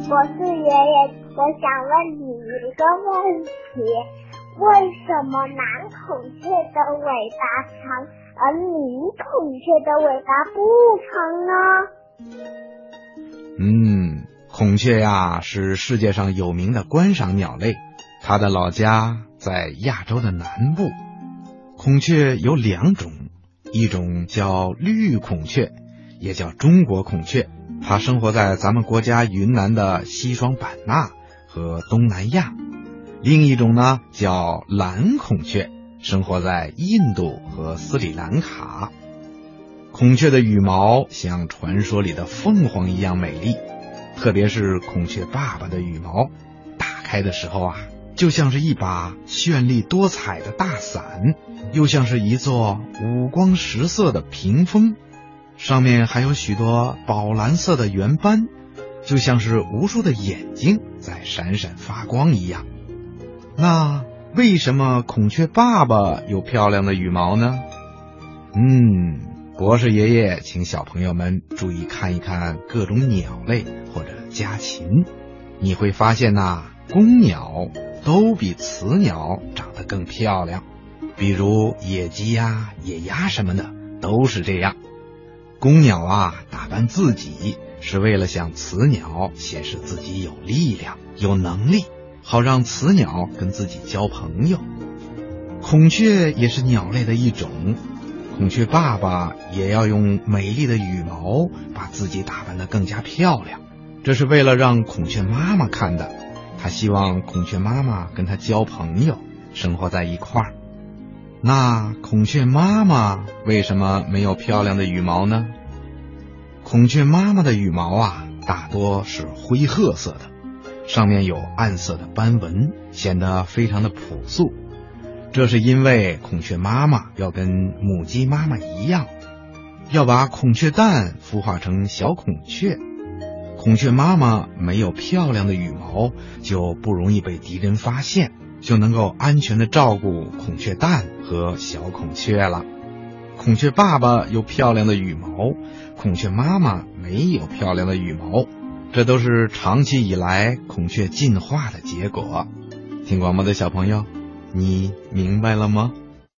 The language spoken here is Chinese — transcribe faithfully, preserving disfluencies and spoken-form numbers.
博士爷爷，我想问你一个问题，为什么男孔雀的尾巴长，而女孔雀的尾巴不长呢？ 嗯，孔雀呀是世界上有名的观赏鸟类，它的老家在亚洲的南部。孔雀有两种，一种叫绿孔雀，也叫中国孔雀，它生活在咱们国家云南的西双版纳和东南亚。另一种呢叫蓝孔雀，生活在印度和斯里兰卡。孔雀的羽毛像传说里的凤凰一样美丽，特别是孔雀爸爸的羽毛，打开的时候啊，就像是一把绚丽多彩的大伞，又像是一座五光十色的屏风，上面还有许多宝蓝色的圆斑，就像是无数的眼睛在闪闪发光一样。那为什么孔雀爸爸有漂亮的羽毛呢？嗯，博士爷爷请小朋友们注意看一看各种鸟类或者家禽，你会发现呐、啊，公鸟都比雌鸟长得更漂亮，比如野鸡呀、野鸭什么的都是这样。公鸟啊，打扮自己是为了向雌鸟显示自己有力量、有能力，好让雌鸟跟自己交朋友。孔雀也是鸟类的一种，孔雀爸爸也要用美丽的羽毛把自己打扮得更加漂亮，这是为了让孔雀妈妈看的，他希望孔雀妈妈跟他交朋友，生活在一块儿。那孔雀妈妈为什么没有漂亮的羽毛呢？孔雀妈妈的羽毛啊，大多是灰褐色的，上面有暗色的斑纹，显得非常的朴素。这是因为孔雀妈妈要跟母鸡妈妈一样，要把孔雀蛋孵化成小孔雀。孔雀妈妈没有漂亮的羽毛，就不容易被敌人发现，就能够安全地照顾孔雀蛋和小孔雀了。孔雀爸爸有漂亮的羽毛，孔雀妈妈没有漂亮的羽毛，这都是长期以来孔雀进化的结果。听广播的小朋友，你明白了吗？